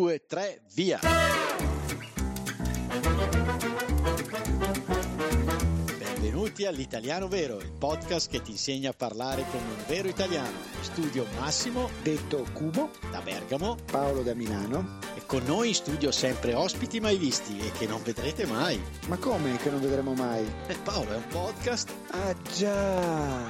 2, 3, via! Benvenuti all'Italiano Vero, il podcast che ti insegna a parlare come un vero italiano. In studio Massimo, detto Cubo, da Bergamo, Paolo da Milano. e con noi in studio sempre ospiti mai visti e che non vedrete mai. Ma come che non vedremo mai? Paolo, è un podcast. Ah già!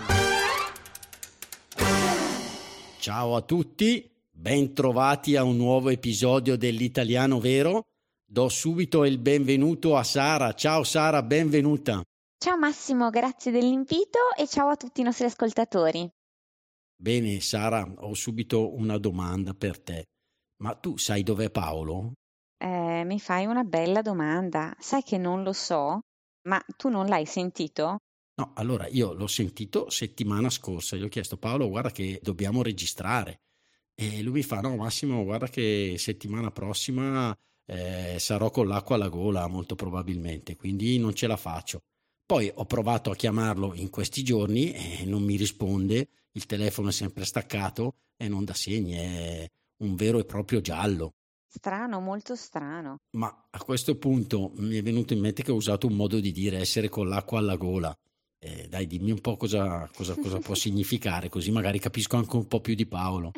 Ciao a tutti, ben trovati a un nuovo episodio dell'Italiano Vero. Do subito il benvenuto a Sara. Ciao Sara, benvenuta. Ciao Massimo, grazie dell'invito e ciao a tutti i nostri ascoltatori. Bene Sara, ho subito una domanda per te. Ma tu sai dov'è Paolo? Mi fai una bella domanda. Sai che non lo so, ma tu non l'hai sentito? No, allora io l'ho sentito settimana scorsa, gli ho chiesto Paolo guarda che dobbiamo registrare e lui mi fa no Massimo guarda che settimana prossima sarò con l'acqua alla gola molto probabilmente, quindi non ce la faccio. Poi ho provato a chiamarlo in questi giorni e non mi risponde, il telefono è sempre staccato e non dà segni, è un vero e proprio giallo. Strano, molto strano. Ma a questo punto mi è venuto in mente che ho usato un modo di dire essere con l'acqua alla gola. Dai, dimmi un po' cosa può significare, così magari capisco anche un po' più di Paolo.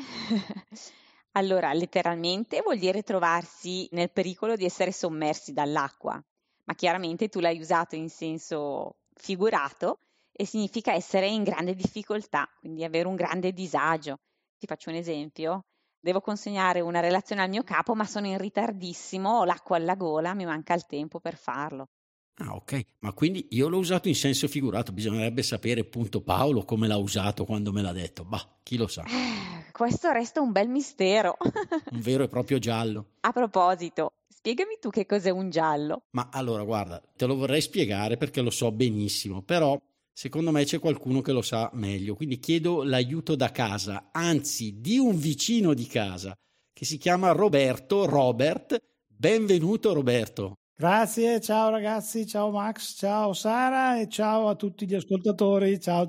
Allora, letteralmente vuol dire trovarsi nel pericolo di essere sommersi dall'acqua, ma chiaramente tu l'hai usato in senso figurato e significa essere in grande difficoltà, quindi avere un grande disagio. Ti faccio un esempio. Devo consegnare una relazione al mio capo, ma sono in ritardissimo, ho l'acqua alla gola, mi manca il tempo per farlo. Ah, ok, ma quindi io l'ho usato in senso figurato, bisognerebbe sapere appunto Paolo come l'ha usato quando me l'ha detto. Bah, chi lo sa. Questo resta un bel mistero. Un vero e proprio giallo. A proposito, spiegami tu che cos'è un giallo. Ma allora, guarda, te lo vorrei spiegare perché lo so benissimo, però secondo me c'è qualcuno che lo sa meglio, quindi chiedo l'aiuto da casa, anzi di un vicino di casa, che si chiama Robert. Benvenuto Roberto. Grazie, ciao ragazzi, ciao Max, ciao Sara e ciao a tutti gli ascoltatori, ciao.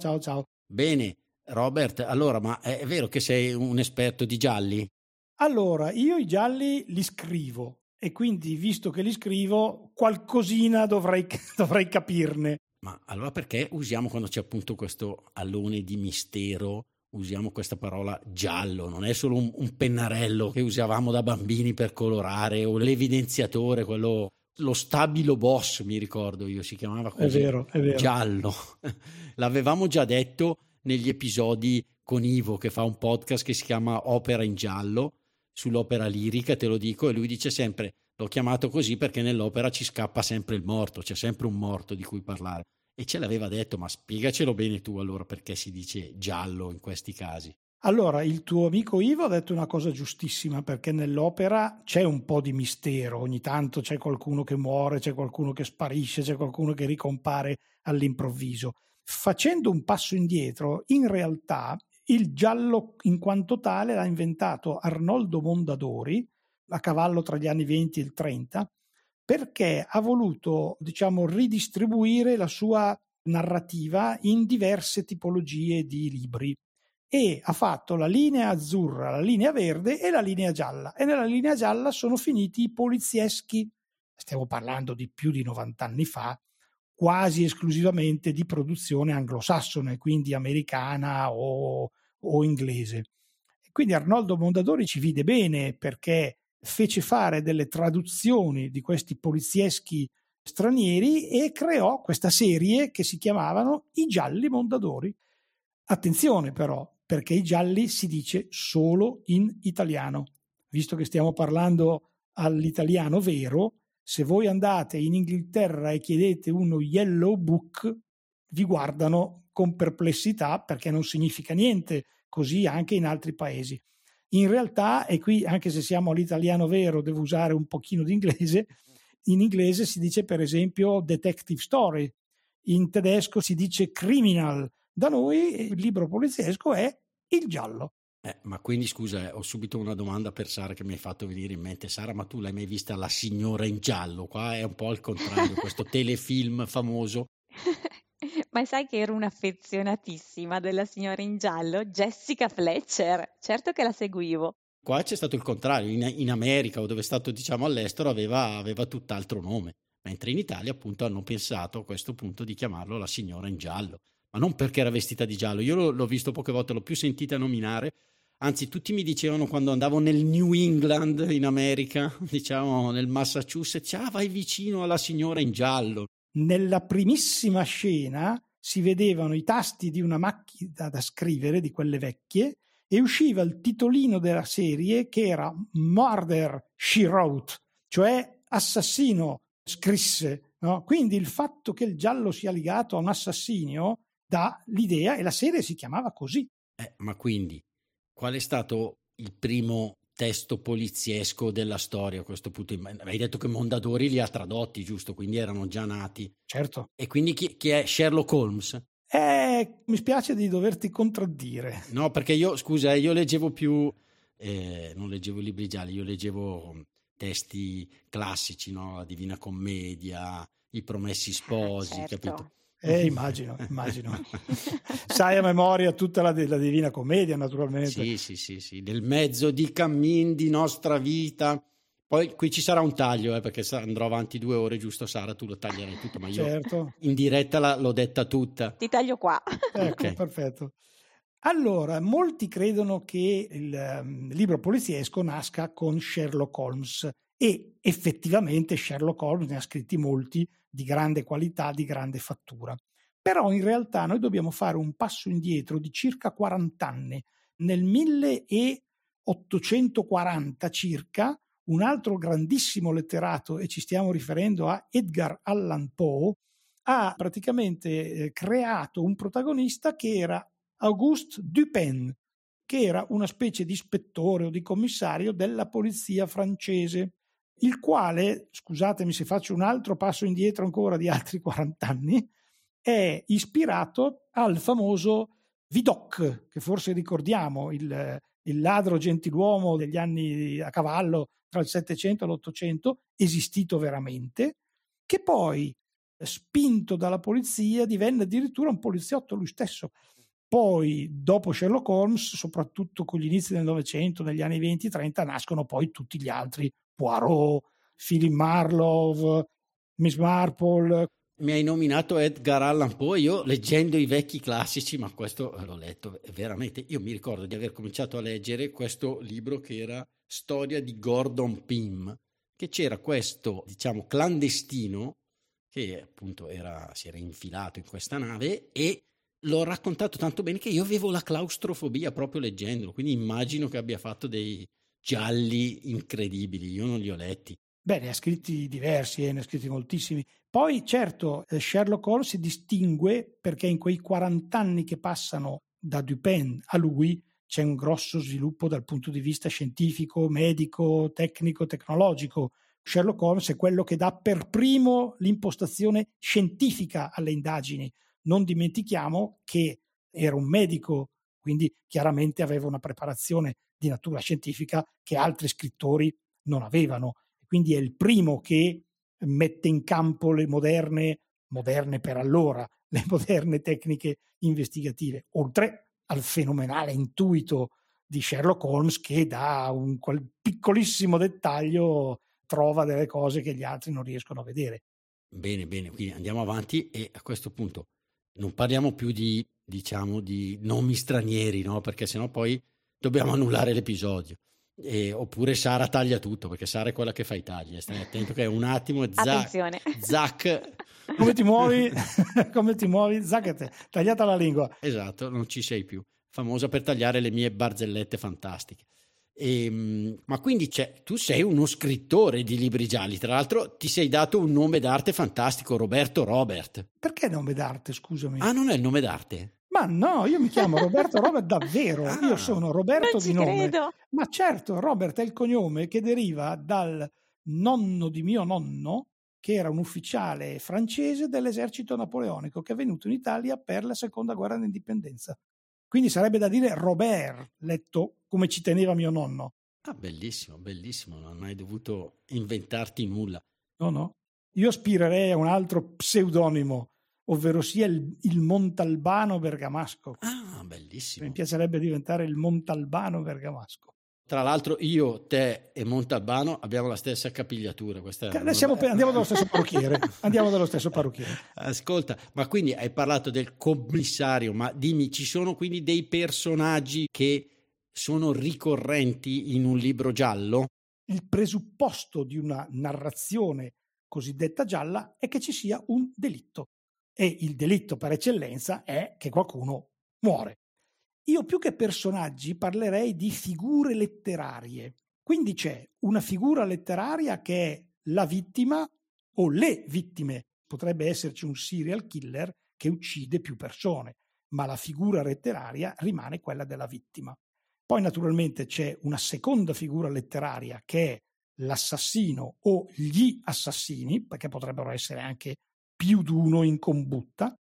Bene, Robert, allora, ma è vero che sei un esperto di gialli? Allora, io i gialli li scrivo e quindi, visto che li scrivo, qualcosina dovrei capirne. Ma allora perché usiamo quando c'è appunto questo alone di mistero, usiamo questa parola giallo? Non è solo un pennarello che usavamo da bambini per colorare o l'evidenziatore, quello, lo stabilo boss, mi ricordo io, si chiamava così. È vero. Giallo. L'avevamo già detto negli episodi con Ivo che fa un podcast che si chiama Opera in giallo, sull'opera lirica, te lo dico, e lui dice sempre l'ho chiamato così perché nell'opera ci scappa sempre il morto, c'è sempre un morto di cui parlare. E ce l'aveva detto, ma spiegacelo bene tu allora perché si dice giallo in questi casi. Allora, il tuo amico Ivo ha detto una cosa giustissima, perché nell'opera c'è un po' di mistero, ogni tanto c'è qualcuno che muore, c'è qualcuno che sparisce, c'è qualcuno che ricompare all'improvviso. Facendo un passo indietro, in realtà il giallo in quanto tale l'ha inventato Arnoldo Mondadori a cavallo tra gli anni 20 e il 30, perché ha voluto, ridistribuire la sua narrativa in diverse tipologie di libri e ha fatto la linea azzurra, la linea verde e la linea gialla, e nella linea gialla sono finiti i polizieschi. Stiamo parlando di più di 90 anni fa, quasi esclusivamente di produzione anglosassone, quindi americana o inglese. Quindi Arnoldo Mondadori ci vide bene perché fece fare delle traduzioni di questi polizieschi stranieri e creò questa serie che si chiamavano I Gialli Mondadori. Attenzione però, perché i gialli si dice solo in italiano. Visto che stiamo parlando all'italiano vero, se voi andate in Inghilterra e chiedete uno yellow book, vi guardano con perplessità perché non significa niente, così anche in altri paesi. In realtà, e qui anche se siamo all'italiano vero devo usare un pochino di inglese, in inglese si dice per esempio detective story, in tedesco si dice criminal, da noi il libro poliziesco è il giallo. Ma quindi scusa, ho subito una domanda per Sara che mi hai fatto venire in mente. Sara, ma tu l'hai mai vista La signora in giallo? Qua è un po' al contrario, questo telefilm famoso. Ma sai che ero un'affezionatissima della signora in giallo, Jessica Fletcher? Certo che la seguivo. Qua c'è stato il contrario, in America o dove è stato diciamo all'estero aveva tutt'altro nome, mentre in Italia appunto hanno pensato a questo punto di chiamarlo La signora in giallo, ma non perché era vestita di giallo. Io l'ho visto poche volte, l'ho più sentita nominare, anzi tutti mi dicevano quando andavo nel New England in America, diciamo nel Massachusetts, vai vicino alla signora in giallo. Nella primissima scena si vedevano i tasti di una macchina da scrivere, di quelle vecchie, e usciva il titolino della serie che era Murder, She Wrote, cioè assassino scrisse, no? Quindi il fatto che il giallo sia legato a un assassinio dà l'idea, e la serie si chiamava così. Ma quindi, qual è stato il primo testo poliziesco della storia a questo punto? Hai detto che Mondadori li ha tradotti, giusto? Quindi erano già nati. Certo. E quindi chi è Sherlock Holmes? Mi spiace di doverti contraddire. No, perché io leggevo più, non leggevo libri gialli, io leggevo testi classici, no? La Divina Commedia, I Promessi Sposi, certo. capito? Immagino. Sai a memoria tutta la Divina Commedia, naturalmente. Sì. Nel mezzo di cammin di nostra vita. Poi qui ci sarà un taglio, perché andrò avanti 2 ore, giusto Sara? Tu lo taglierai tutto, ma io certo. In diretta l'ho detta tutta. Ti taglio qua. Ecco, Okay. Perfetto. Allora, molti credono che il libro poliziesco nasca con Sherlock Holmes, e effettivamente Sherlock Holmes ne ha scritti molti di grande qualità, di grande fattura. Però in realtà noi dobbiamo fare un passo indietro di circa 40 anni. Nel 1840 circa, un altro grandissimo letterato, e ci stiamo riferendo a Edgar Allan Poe, ha praticamente creato un protagonista che era Auguste Dupin, che era una specie di ispettore o di commissario della polizia francese, il quale, scusatemi se faccio un altro passo indietro ancora di altri 40 anni, è ispirato al famoso Vidocq, che forse ricordiamo, il ladro gentiluomo degli anni a cavallo tra il 700 e l'800, esistito veramente, che poi, spinto dalla polizia, divenne addirittura un poliziotto lui stesso. Poi, dopo Sherlock Holmes, soprattutto con gli inizi del Novecento, negli anni 20-30, nascono poi tutti gli altri, Poirot, Philip Marlowe, Miss Marple. Mi hai nominato Edgar Allan Poe, io leggendo i vecchi classici, ma questo l'ho letto veramente, io mi ricordo di aver cominciato a leggere questo libro che era Storia di Gordon Pym, che c'era questo, diciamo, clandestino che appunto si era infilato in questa nave, e l'ho raccontato tanto bene che io avevo la claustrofobia proprio leggendolo, quindi immagino che abbia fatto dei gialli incredibili, io non li ho letti. Beh, ne ha scritti diversi, ne ha scritti moltissimi. Poi certo Sherlock Holmes si distingue perché in quei 40 anni che passano da Dupin a lui c'è un grosso sviluppo dal punto di vista scientifico, medico, tecnico, tecnologico. Sherlock Holmes è quello che dà per primo l'impostazione scientifica alle indagini. Non dimentichiamo che era un medico, quindi chiaramente aveva una preparazione di natura scientifica che altri scrittori non avevano. Quindi è il primo che mette in campo le moderne per allora, le moderne tecniche investigative, oltre al fenomenale intuito di Sherlock Holmes che da quel piccolissimo dettaglio trova delle cose che gli altri non riescono a vedere. Bene, quindi andiamo avanti, e a questo punto non parliamo più di nomi stranieri, no? Perché sennò poi dobbiamo annullare l'episodio. Oppure Sara taglia tutto, perché Sara è quella che fa i tagli, stai attento che è un attimo e zac. Come ti muovi? Come ti muovi? Zaccate, tagliata la lingua. Esatto, non ci sei più, famosa per tagliare le mie barzellette fantastiche. Ma quindi tu sei uno scrittore di libri gialli, tra l'altro ti sei dato un nome d'arte fantastico, Roberto Robert. Perché nome d'arte, scusami? Non è il nome d'arte? Ma no, io mi chiamo Roberto Robert davvero, io sono Roberto di nome. Credo. Ma certo, Robert è il cognome che deriva dal nonno di mio nonno, che era un ufficiale francese dell'esercito napoleonico che è venuto in Italia per la seconda guerra d'indipendenza. Quindi sarebbe da dire Robert, letto come ci teneva mio nonno. Bellissimo, non hai dovuto inventarti nulla. No, io aspirerei a un altro pseudonimo, ovvero sia il Montalbano Bergamasco. Bellissimo. Mi piacerebbe diventare il Montalbano Bergamasco. Tra l'altro io, te e Montalbano abbiamo la stessa capigliatura. Andiamo dallo stesso parrucchiere. Andiamo dallo stesso parrucchiere. Ascolta, ma quindi hai parlato del commissario, ma dimmi, ci sono quindi dei personaggi che sono ricorrenti in un libro giallo? Il presupposto di una narrazione cosiddetta gialla è che ci sia un delitto, e il delitto per eccellenza è che qualcuno muore. Io più che personaggi parlerei di figure letterarie. Quindi c'è una figura letteraria che è la vittima o le vittime. Potrebbe esserci un serial killer che uccide più persone, ma la figura letteraria rimane quella della vittima. Poi naturalmente c'è una seconda figura letteraria che è l'assassino o gli assassini, perché potrebbero essere anche più di uno in combutta.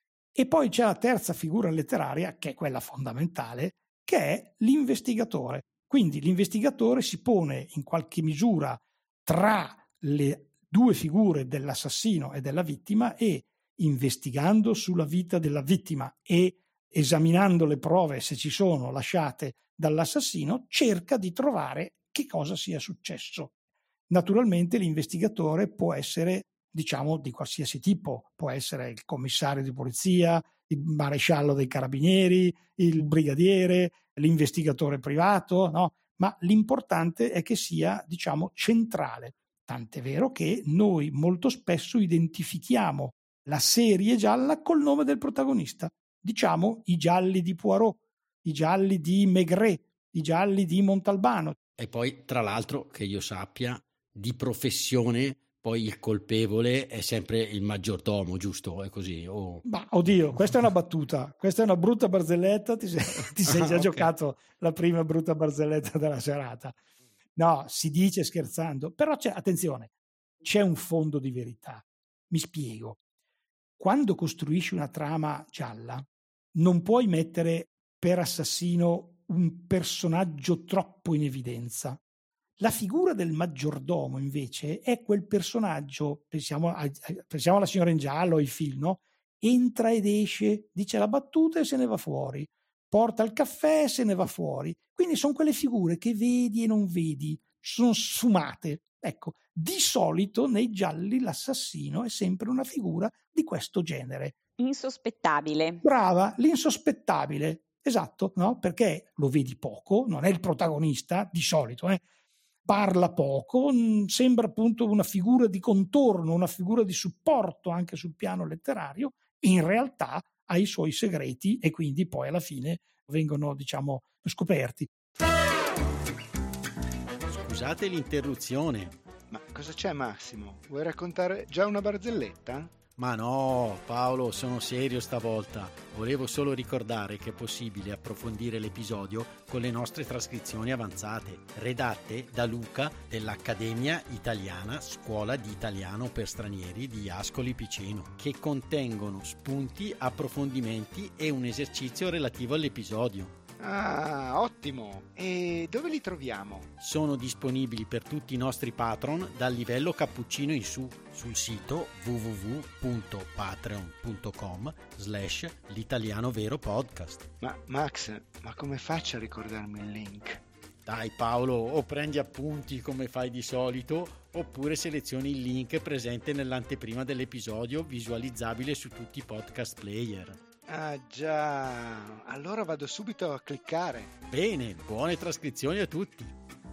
E poi c'è la terza figura letteraria, che è quella fondamentale, che è l'investigatore. Quindi l'investigatore si pone in qualche misura tra le due figure dell'assassino e della vittima e, investigando sulla vita della vittima e esaminando le prove, se ci sono, lasciate dall'assassino, cerca di trovare che cosa sia successo. Naturalmente l'investigatore può essere, diciamo, di qualsiasi tipo, può essere il commissario di polizia, il maresciallo dei carabinieri, il brigadiere, l'investigatore privato, no? Ma l'importante è che sia, diciamo, centrale. Tant'è vero che noi molto spesso identifichiamo la serie gialla col nome del protagonista. Diciamo i gialli di Poirot, i gialli di Maigret, i gialli di Montalbano. E poi, tra l'altro, che io sappia, di professione poi il colpevole è sempre il maggiordomo, giusto? È così? Ma oddio, questa è una battuta, questa è una brutta barzelletta, ti sei già giocato la prima brutta barzelletta della serata. No, si dice scherzando, però attenzione, c'è un fondo di verità. Mi spiego. Quando costruisci una trama gialla, non puoi mettere per assassino un personaggio troppo in evidenza. La figura del maggiordomo, invece, è quel personaggio, pensiamo alla Signora in giallo, ai film, no? Entra ed esce, dice la battuta e se ne va fuori, porta il caffè e se ne va fuori. Quindi sono quelle figure che vedi e non vedi, sono sfumate. Ecco, di solito nei gialli l'assassino è sempre una figura di questo genere. Insospettabile. Brava, l'insospettabile, esatto, no? Perché lo vedi poco, non è il protagonista, di solito, parla poco, sembra appunto una figura di contorno, una figura di supporto anche sul piano letterario, in realtà ha i suoi segreti e quindi poi alla fine vengono, diciamo, scoperti. Scusate l'interruzione. Ma cosa c'è, Massimo? Vuoi raccontare già una barzelletta? Ma no, Paolo, sono serio stavolta. Volevo solo ricordare che è possibile approfondire l'episodio con le nostre trascrizioni avanzate, redatte da Luca dell'Accademia Italiana Scuola di Italiano per Stranieri di Ascoli Piceno, che contengono spunti, approfondimenti e un esercizio relativo all'episodio. Ah, ottimo! E dove li troviamo? Sono disponibili per tutti i nostri patron dal livello cappuccino in su sul sito www.patreon.com/l'italiano vero podcast. Ma Max, ma come faccio a ricordarmi il link? Dai Paolo, o prendi appunti come fai di solito, oppure selezioni il link presente nell'anteprima dell'episodio visualizzabile su tutti i podcast player. Ah già, allora vado subito a cliccare. Bene, buone trascrizioni a tutti.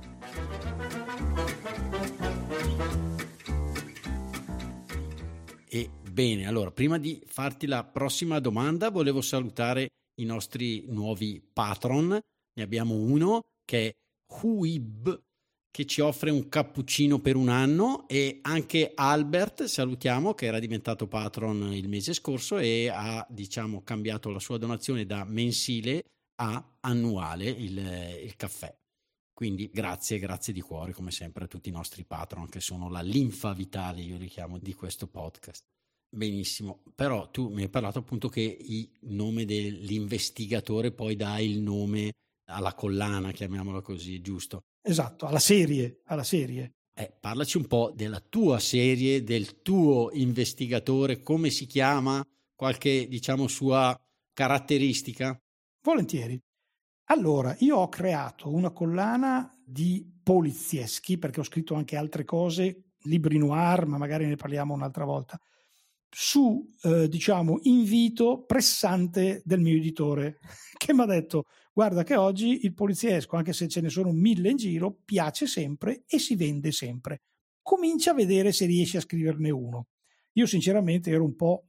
E bene, allora, prima di farti la prossima domanda, volevo salutare i nostri nuovi patron. Ne abbiamo uno che è Huib, che ci offre un cappuccino per un anno, e anche Albert, salutiamo, che era diventato patron il mese scorso e ha, diciamo, cambiato la sua donazione da mensile a annuale il caffè. Quindi grazie di cuore come sempre a tutti i nostri patron, che sono la linfa vitale, io li chiamo, di questo podcast. Benissimo, però tu mi hai parlato appunto che il nome dell'investigatore poi dà il nome alla collana, chiamiamola così, giusto? Esatto, alla serie. Parlaci un po' della tua serie, del tuo investigatore, come si chiama, qualche, diciamo, sua caratteristica? Volentieri. Allora, io ho creato una collana di polizieschi, perché ho scritto anche altre cose, libri noir, ma magari ne parliamo un'altra volta, su, invito pressante del mio editore, che mi ha detto: guarda che oggi il poliziesco, anche se ce ne sono 1000 in giro, piace sempre e si vende sempre. Comincia a vedere se riesci a scriverne uno. Io sinceramente ero un po',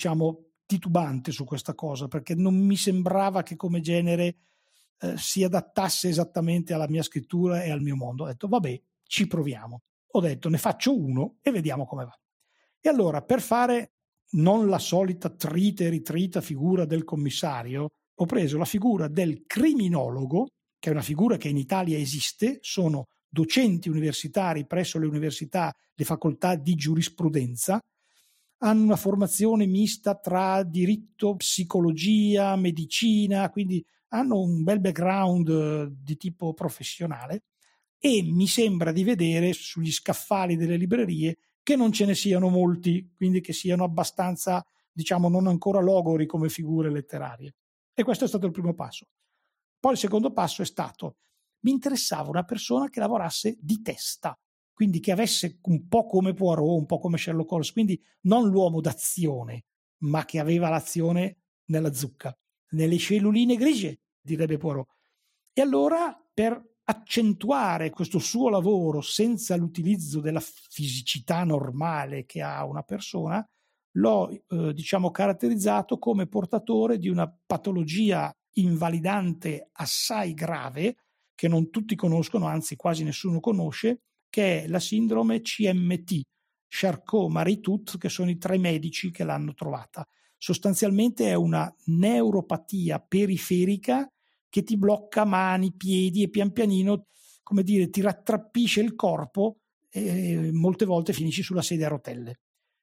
titubante su questa cosa, perché non mi sembrava che come genere si adattasse esattamente alla mia scrittura e al mio mondo. Ho detto vabbè, ci proviamo. Ho detto ne faccio uno e vediamo come va. E allora, per fare non la solita trita e ritrita figura del commissario, ho preso la figura del criminologo, che è una figura che in Italia esiste, sono docenti universitari presso le università, le facoltà di giurisprudenza, hanno una formazione mista tra diritto, psicologia, medicina, quindi hanno un bel background di tipo professionale, e mi sembra di vedere sugli scaffali delle librerie che non ce ne siano molti, quindi che siano abbastanza, non ancora logori come figure letterarie. E questo è stato il primo passo. Poi il secondo passo è stato: mi interessava una persona che lavorasse di testa, quindi che avesse un po' come Poirot, un po' come Sherlock Holmes, quindi non l'uomo d'azione, ma che aveva l'azione nella zucca, nelle celluline grigie, direbbe Poirot. E allora, per accentuare questo suo lavoro senza l'utilizzo della fisicità normale che ha una persona, l'ho caratterizzato come portatore di una patologia invalidante assai grave che non tutti conoscono, anzi quasi nessuno conosce, che è la sindrome CMT, Charcot-Marie-Tooth, che sono i 3 medici che l'hanno trovata. Sostanzialmente è una neuropatia periferica che ti blocca mani, piedi e pian pianino, ti rattrappisce il corpo e molte volte finisci sulla sedia a rotelle.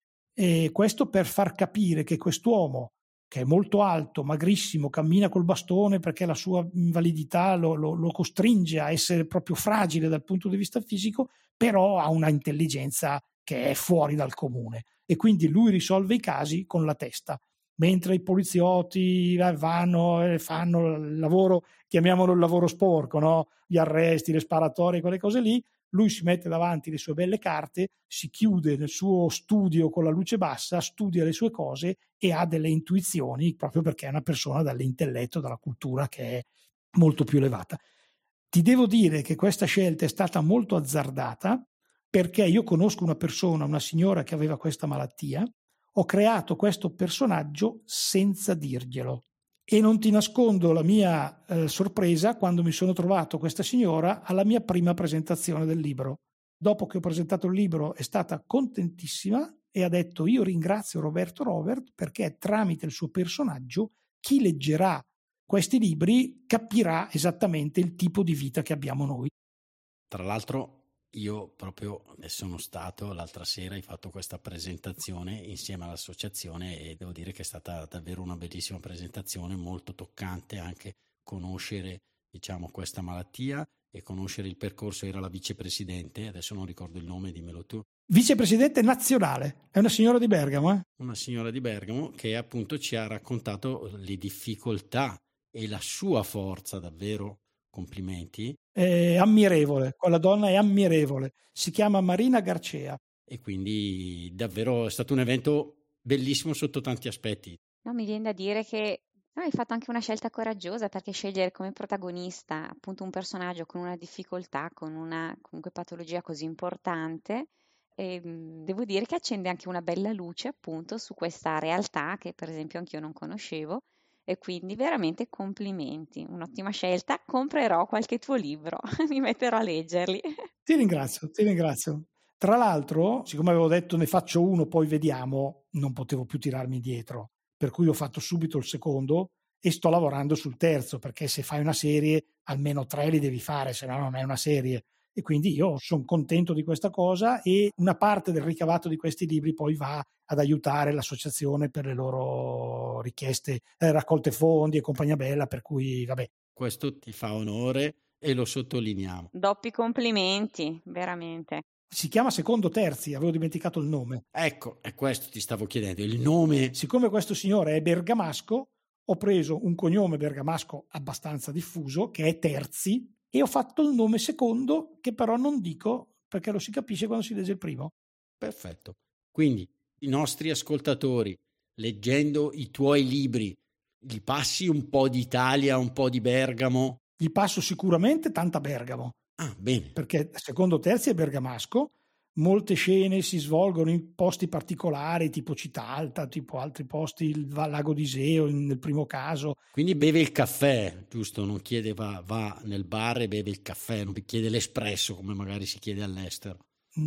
E questo per far capire che quest'uomo, che è molto alto, magrissimo, cammina col bastone perché la sua invalidità lo costringe a essere proprio fragile dal punto di vista fisico, però ha una intelligenza che è fuori dal comune e quindi lui risolve i casi con la testa. Mentre i poliziotti vanno e fanno il lavoro, chiamiamolo il lavoro sporco, no? Gli arresti, le sparatorie, quelle cose lì, lui si mette davanti le sue belle carte, si chiude nel suo studio con la luce bassa, studia le sue cose e ha delle intuizioni, proprio perché è una persona dall'intelletto, dalla cultura che è molto più elevata. Ti devo dire che questa scelta è stata molto azzardata, perché io conosco una persona, una signora che aveva questa malattia. Ho creato questo personaggio senza dirglielo e non ti nascondo la mia sorpresa quando mi sono trovato questa signora alla mia prima presentazione del libro. Dopo che ho presentato il libro è stata contentissima e ha detto: io ringrazio Roberto Rovert perché tramite il suo personaggio chi leggerà questi libri capirà esattamente il tipo di vita che abbiamo noi. Tra l'altro io proprio sono stato l'altra sera, hai fatto questa presentazione insieme all'associazione e devo dire che è stata davvero una bellissima presentazione, molto toccante anche conoscere questa malattia e conoscere il percorso. Era la vicepresidente, adesso non ricordo il nome, dimmelo tu. Vicepresidente nazionale, è una signora di Bergamo. Una signora di Bergamo che appunto ci ha raccontato le difficoltà e la sua forza, davvero complimenti. È ammirevole, quella donna è ammirevole, si chiama Marina Garcea. E quindi davvero è stato un evento bellissimo sotto tanti aspetti. No, mi viene da dire che hai fatto anche una scelta coraggiosa, perché scegliere come protagonista appunto un personaggio con una difficoltà, con una comunque patologia così importante, devo dire che accende anche una bella luce appunto su questa realtà che per esempio anch'io non conoscevo. E quindi veramente complimenti, un'ottima scelta, comprerò qualche tuo libro, mi metterò a leggerli. Ti ringrazio. Tra l'altro, siccome avevo detto ne faccio uno, poi vediamo, non potevo più tirarmi indietro, per cui ho fatto subito il secondo e sto lavorando sul terzo, perché se fai una serie almeno 3 li devi fare, se no non è una serie. E quindi io sono contento di questa cosa e una parte del ricavato di questi libri poi va ad aiutare l'associazione per le loro richieste, raccolte fondi e compagnia bella, per cui vabbè. Questo ti fa onore e lo sottolineiamo. Doppi complimenti, veramente. Si chiama Secondo Terzi, avevo dimenticato il nome. Ecco, è questo ti stavo chiedendo, il nome. Siccome questo signore è bergamasco, ho preso un cognome bergamasco abbastanza diffuso, che è Terzi, e ho fatto il nome secondo, che però non dico perché lo si capisce quando si legge il primo. Perfetto. Quindi i nostri ascoltatori, leggendo i tuoi libri, gli passi un po' di Italia, un po' di Bergamo? Gli passo sicuramente tanta Bergamo. Ah, bene. Perché secondo Terzi è bergamasco, molte scene si svolgono in posti particolari, tipo Città tipo altri posti, il lago d'Iseo nel primo caso. Quindi beve il caffè, giusto? Non chiede, va nel bar e beve il caffè, non chiede l'espresso come magari si chiede all'estero.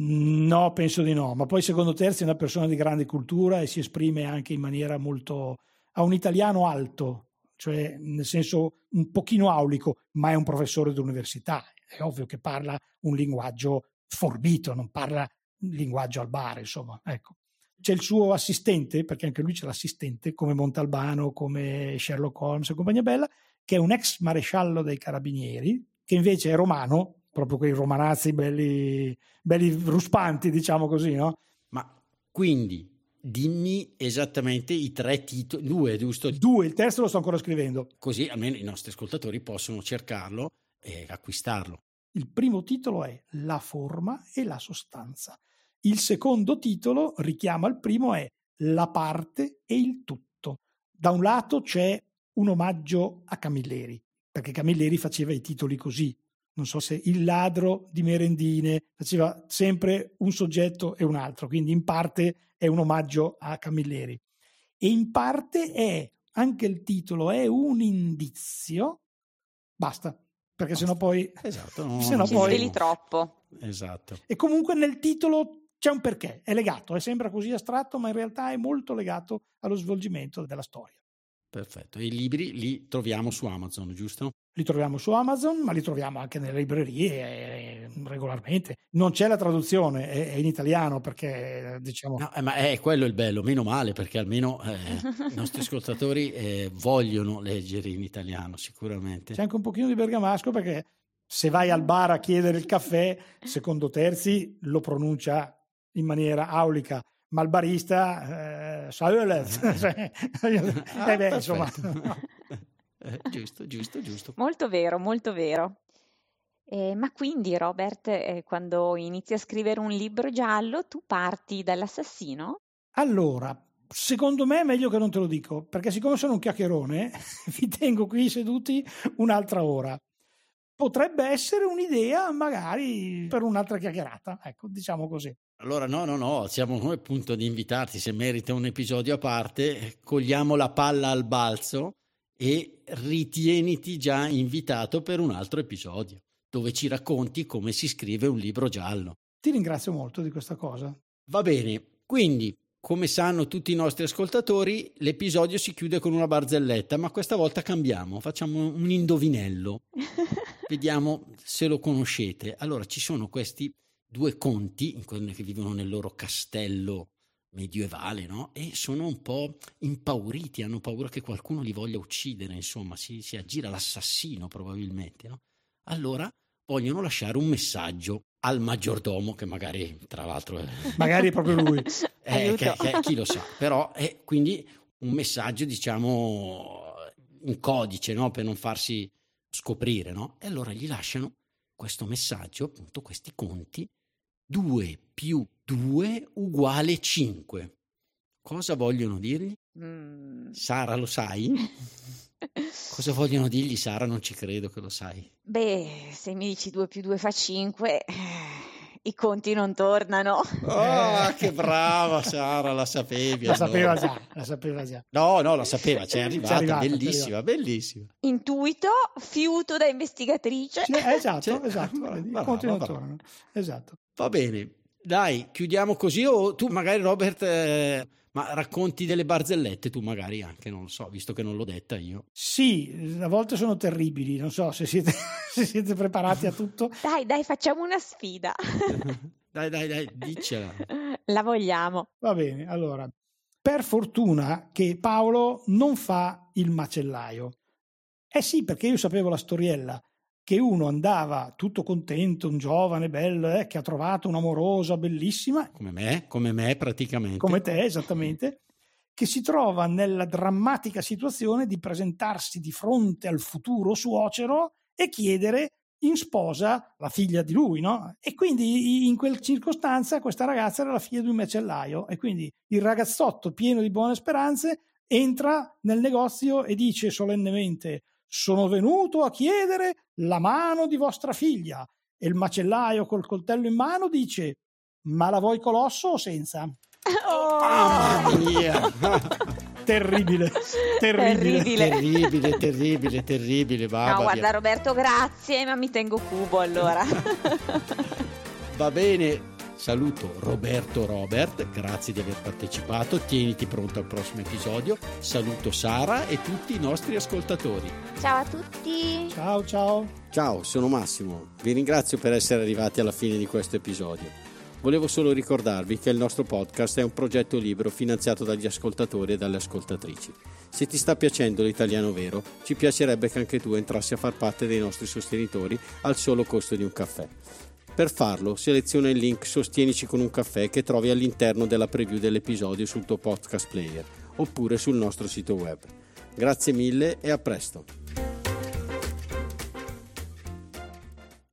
No, penso di no, ma poi secondo Terzi è una persona di grande cultura e si esprime anche in maniera molto... ha un italiano alto, cioè nel senso un pochino aulico, ma è un professore d'università, è ovvio che parla un linguaggio forbito, non parla un linguaggio al bar, insomma, ecco. C'è il suo assistente, perché anche lui c'è l'assistente, come Montalbano, come Sherlock Holmes e compagnia bella, che è un ex maresciallo dei carabinieri, che invece è romano, proprio quei romanazzi belli ruspanti, diciamo così, no? Ma quindi dimmi esattamente i 3 titoli, 2, giusto? 2, il terzo lo sto ancora scrivendo. Così almeno i nostri ascoltatori possono cercarlo e acquistarlo. Il primo titolo è La forma e la sostanza. Il secondo titolo richiama il primo, è La parte e il tutto. Da un lato c'è un omaggio a Camilleri, perché Camilleri faceva i titoli così. Non so se Il ladro di merendine, faceva sempre un soggetto e un altro, quindi in parte è un omaggio a Camilleri. E in parte è, anche il titolo è un indizio, basta, perché sennò poi... Esatto, no, ci sveli troppo. Esatto. E comunque nel titolo c'è un perché, è legato, sembra così astratto, ma in realtà è molto legato allo svolgimento della storia. Perfetto, e i libri li troviamo su Amazon, giusto? Li troviamo su Amazon, ma li troviamo anche nelle librerie regolarmente. Non c'è la traduzione, è in italiano perché diciamo... No, ma è quello il bello, meno male, perché almeno i nostri ascoltatori vogliono leggere in italiano, sicuramente. C'è anche un pochino di bergamasco, perché se vai al bar a chiedere il caffè, secondo Terzi lo pronuncia in maniera aulica, ma il barista insomma. Giusto. Molto vero, molto vero. Ma quindi Robert, quando inizi a scrivere un libro giallo, tu parti dall'assassino? Allora, secondo me è meglio che non te lo dico, perché siccome sono un chiacchierone, vi tengo qui seduti un'altra ora. Potrebbe essere un'idea magari per un'altra chiacchierata, ecco, diciamo così. Allora no, siamo noi appunto ad invitarti, se merita un episodio a parte, cogliamo la palla al balzo e ritieniti già invitato per un altro episodio, dove ci racconti come si scrive un libro giallo. Ti ringrazio molto di questa cosa. Va bene, quindi come sanno tutti i nostri ascoltatori, l'episodio si chiude con una barzelletta, ma questa volta cambiamo, facciamo un indovinello, vediamo se lo conoscete. Allora, ci sono questi 2 conti che vivono nel loro castello medievale, no? E sono un po' impauriti, hanno paura che qualcuno li voglia uccidere, insomma, si aggira l'assassino probabilmente, no? Allora vogliono lasciare un messaggio al maggiordomo, che magari tra l'altro magari è proprio lui, chi lo sa, però è quindi un messaggio, diciamo, in codice, no? Per non farsi scoprire, no? E allora gli lasciano questo messaggio, appunto questi conti: 2 più 2 uguale 5. Cosa vogliono dirgli? Sara, lo sai? Cosa vogliono dirgli, Sara? Non ci credo che lo sai. Beh, se mi dici 2 più 2 fa 5, i conti non tornano. Oh, che brava Sara, la sapevi. La sapeva già. No, la sapeva, c'è arrivata, bellissima. Intuito, fiuto da investigatrice. Sì, esatto. I conti non tornano. Esatto. Va bene, dai, chiudiamo così, o tu magari, Robert, ma racconti delle barzellette tu magari anche, non lo so, visto che non l'ho detta io. Sì, a volte sono terribili, non so se siete preparati a tutto. Dai, facciamo una sfida. Dai, diccela. La vogliamo. Va bene, allora, per fortuna che Paolo non fa il macellaio. Sì, perché io sapevo la storiella, che uno andava tutto contento, un giovane bello, che ha trovato un'amorosa bellissima. Come me praticamente. Come te, esattamente. che si trova nella drammatica situazione di presentarsi di fronte al futuro suocero e chiedere in sposa la figlia di lui, no? E quindi in quella circostanza questa ragazza era la figlia di un macellaio e quindi il ragazzotto pieno di buone speranze entra nel negozio e dice solennemente: sono venuto a chiedere la mano di vostra figlia. E il macellaio col coltello in mano dice: ma la vuoi colosso o senza? Oh! Mamma mia! Terribile. Mamma No, guarda mia. Roberto, grazie, ma mi tengo cubo allora. Va bene, saluto Robert, grazie di aver partecipato, tieniti pronto al prossimo episodio, saluto Sara e tutti i nostri ascoltatori. Ciao a tutti. Ciao ciao. Ciao, sono Massimo, vi ringrazio per essere arrivati alla fine di questo episodio. Volevo solo ricordarvi che il nostro podcast è un progetto libero finanziato dagli ascoltatori e dalle ascoltatrici. Se ti sta piacendo l'italiano vero, ci piacerebbe che anche tu entrassi a far parte dei nostri sostenitori al solo costo di un caffè. Per farlo, seleziona il link Sostienici con un caffè che trovi all'interno della preview dell'episodio sul tuo podcast player oppure sul nostro sito web. Grazie mille e a presto!